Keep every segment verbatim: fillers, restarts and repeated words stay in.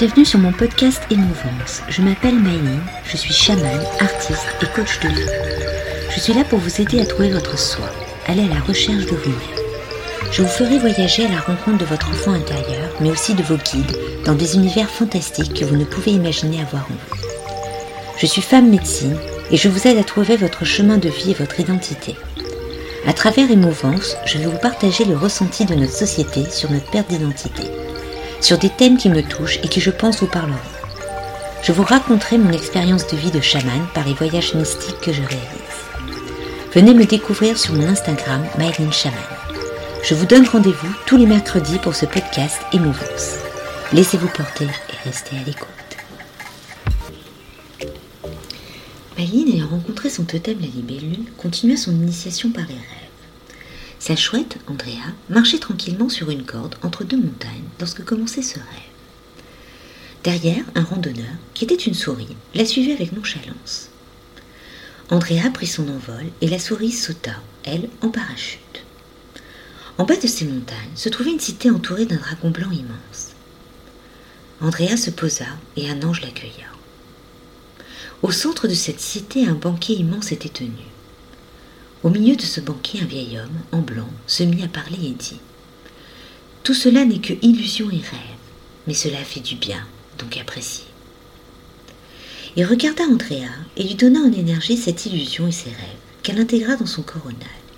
Bienvenue sur mon podcast Émouvance. Je m'appelle Maëline, je suis chamane, artiste et coach de vie. Je suis là pour vous aider à trouver votre soi, aller à la recherche de vous-même. Je vous ferai voyager à la rencontre de votre enfant intérieur, mais aussi de vos guides, dans des univers fantastiques que vous ne pouvez imaginer avoir en vous. Je suis femme médecine et je vous aide à trouver votre chemin de vie et votre identité. À travers Émouvance, je vais vous partager le ressenti de notre société sur notre perte d'identité, sur des thèmes qui me touchent et qui je pense vous parleront. Je vous raconterai mon expérience de vie de chamane par les voyages mystiques que je réalise. Venez me découvrir sur mon Instagram Maëline Chamane. Je vous donne rendez-vous tous les mercredis pour ce podcast Émouvance. Laissez-vous porter et restez à l'écoute. Maëline, ayant rencontré son totem la libellule, continua son initiation par les rêves. Sa chouette, Andrea, marchait tranquillement sur une corde entre deux montagnes lorsque commençait ce rêve. Derrière, un randonneur, qui était une souris, la suivait avec nonchalance. Andrea prit son envol et la souris sauta, elle, en parachute. En bas de ces montagnes se trouvait une cité entourée d'un dragon blanc immense. Andrea se posa et un ange l'accueilla. Au centre de cette cité, un banquet immense était tenu. Au milieu de ce banquet, un vieil homme, en blanc, se mit à parler et dit « Tout cela n'est que illusion et rêve, mais cela fait du bien, donc appréciez. » Il regarda Andrea et lui donna en énergie cette illusion et ses rêves, qu'elle intégra dans son coronal.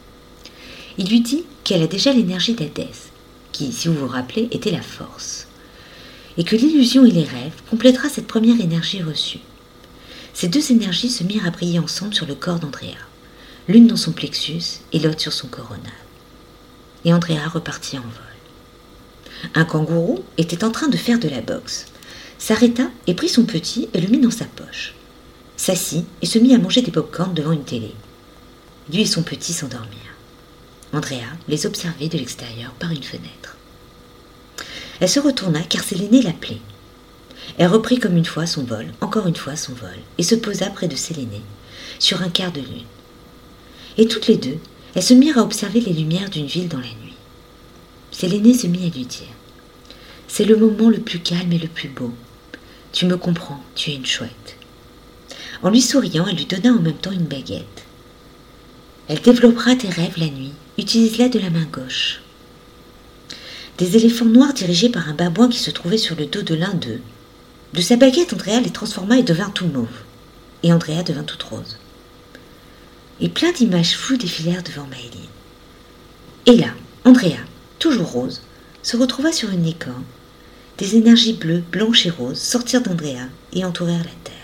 Il lui dit qu'elle a déjà l'énergie d'Hadès, qui, si vous vous rappelez, était la force, et que l'illusion et les rêves complétera cette première énergie reçue. Ces deux énergies se mirent à briller ensemble sur le corps d'Andrea, l'une dans son plexus et l'autre sur son coronal. Et Andrea repartit en vol. Un kangourou était en train de faire de la boxe, s'arrêta et prit son petit et le mit dans sa poche, s'assit et se mit à manger des pop-corns devant une télé. Lui et son petit s'endormirent. Andrea les observait de l'extérieur par une fenêtre. Elle se retourna car c'est l'aîné l'appelait. Elle reprit comme une fois son vol, encore une fois son vol, et se posa près de Séléné, sur un quart de lune. Et toutes les deux, elles se mirent à observer les lumières d'une ville dans la nuit. Séléné se mit à lui dire « C'est le moment le plus calme et le plus beau. Tu me comprends, tu es une chouette. » En lui souriant, elle lui donna en même temps une baguette. « Elle développera tes rêves la nuit, utilise-la de la main gauche. » Des éléphants noirs dirigés par un babouin qui se trouvait sur le dos de l'un d'eux. De sa baguette, Andrea les transforma et devint tout mauve. Et Andrea devint toute rose. Et plein d'images floues défilèrent devant Maëline. Et là, Andrea, toujours rose, se retrouva sur une licorne. Des énergies bleues, blanches et roses sortirent d'Andrea et entourèrent la terre.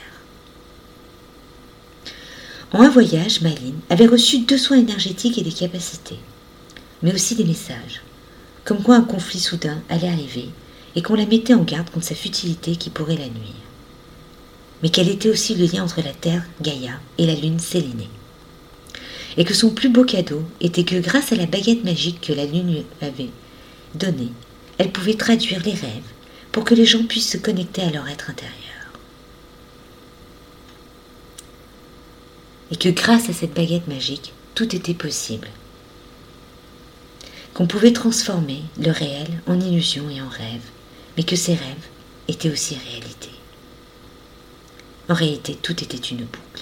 En un voyage, Maëline avait reçu deux soins énergétiques et des capacités, mais aussi des messages, comme quoi un conflit soudain allait arriver et qu'on la mettait en garde contre sa futilité qui pourrait la nuire. Mais qu'elle était aussi le lien entre la terre, Gaïa, et la lune, Séléné. Et que son plus beau cadeau était que grâce à la baguette magique que la lune lui avait donnée, elle pouvait traduire les rêves pour que les gens puissent se connecter à leur être intérieur. Et que grâce à cette baguette magique, tout était possible. Qu'on pouvait transformer le réel en illusion et en rêve, mais que ces rêves étaient aussi réalité. En réalité, tout était une boucle.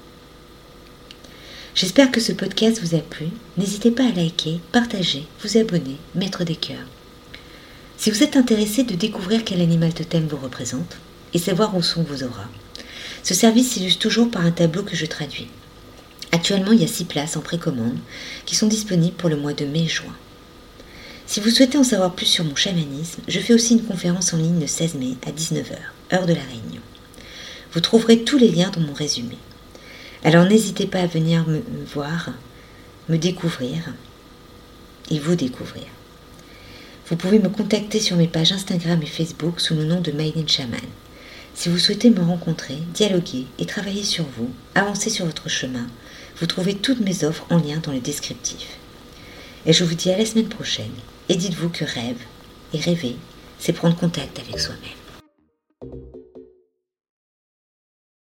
J'espère que ce podcast vous a plu. N'hésitez pas à liker, partager, vous abonner, mettre des cœurs. Si vous êtes intéressé de découvrir quel animal totem vous représente et savoir où sont vos auras, ce service s'illustre toujours par un tableau que je traduis. Actuellement, il y a six places en précommande qui sont disponibles pour le mois de mai et juin. Si vous souhaitez en savoir plus sur mon chamanisme, je fais aussi une conférence en ligne le seize mai à dix-neuf heures, heure de la Réunion. Vous trouverez tous les liens dans mon résumé. Alors n'hésitez pas à venir me voir, me découvrir et vous découvrir. Vous pouvez me contacter sur mes pages Instagram et Facebook sous le nom de Maëline Chamane. Si vous souhaitez me rencontrer, dialoguer et travailler sur vous, avancer sur votre chemin, vous trouvez toutes mes offres en lien dans le descriptif. Et je vous dis à la semaine prochaine. Et dites-vous que rêve et rêver, c'est prendre contact avec soi-même.